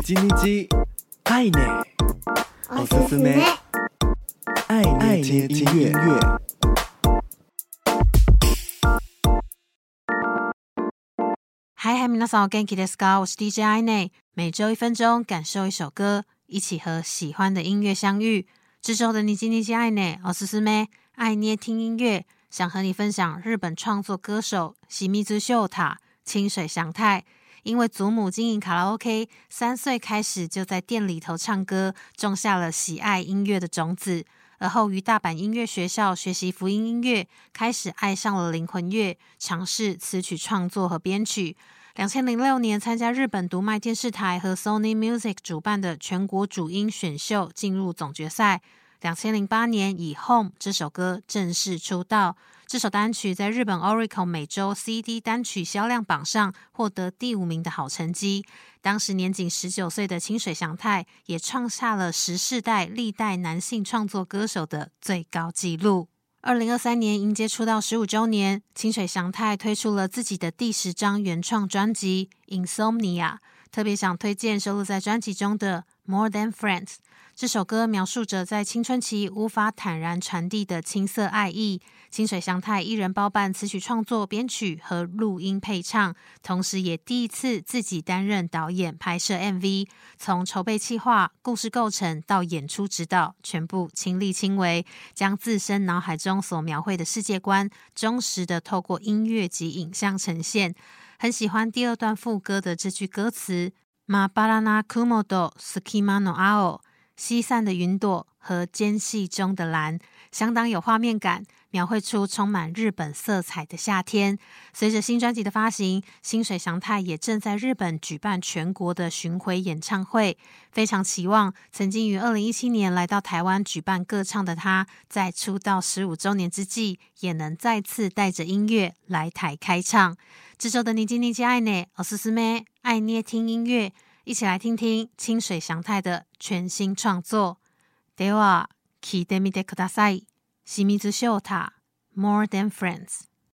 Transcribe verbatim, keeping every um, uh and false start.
叽你叽，爱呢，おすすめ，爱爱捏听音乐。 嗨嗨，皆さんお元気ですか？我是 D J 爱内，每周一分钟，感受一首歌，一起和喜欢的音乐相遇。这周的你叽你叽爱内，おすすめ，爱捏听音乐，想和你分享日本创作歌手喜密之秀塔清水祥太。因为祖母经营卡拉 OK， 三岁开始就在店里头唱歌，种下了喜爱音乐的种子。而后于大阪音乐学校学习福音音乐，开始爱上了灵魂乐，尝试词曲创作和编曲。二零零六年参加日本读卖电视台和 Sony Music 主办的全国主音选秀，进入总决赛。二零零八年以 Home 这首歌正式出道，这首单曲在日本 Oricon 每周 C D 单曲销量榜上获得第五名的好成绩。当时年仅十九岁的清水祥太也创下了十世代历代男性创作歌手的最高纪录。二零二三年迎接出道十五周年，清水祥太推出了自己的第十张原创专辑 Insomnia， 特别想推荐收录在专辑中的 More Than Friends。这首歌描述着在青春期无法坦然传递的青涩爱意，清水祥太一人包办词曲创作、编曲和录音配唱，同时也第一次自己担任导演拍摄 M V， 从筹备企划、故事构成到演出指导，全部亲力亲为，将自身脑海中所描绘的世界观忠实的透过音乐及影像呈现。很喜欢第二段副歌的这句歌词まばらな雲と隙間の青，西散的云朵和间隙中的蓝，相当有画面感，描绘出充满日本色彩的夏天。随着新专辑的发行，清水祥太也正在日本举办全国的巡回演唱会，非常期望曾经于二零一七年来到台湾举办歌唱的他，在出道十五周年之际，也能再次带着音乐来台开唱。这周的你叽你叽愛ね，おすすめ，爱捏听音乐，一起来听听清水祥太的全新创作。では聴いてみてください。清水翔太 More Than Friends。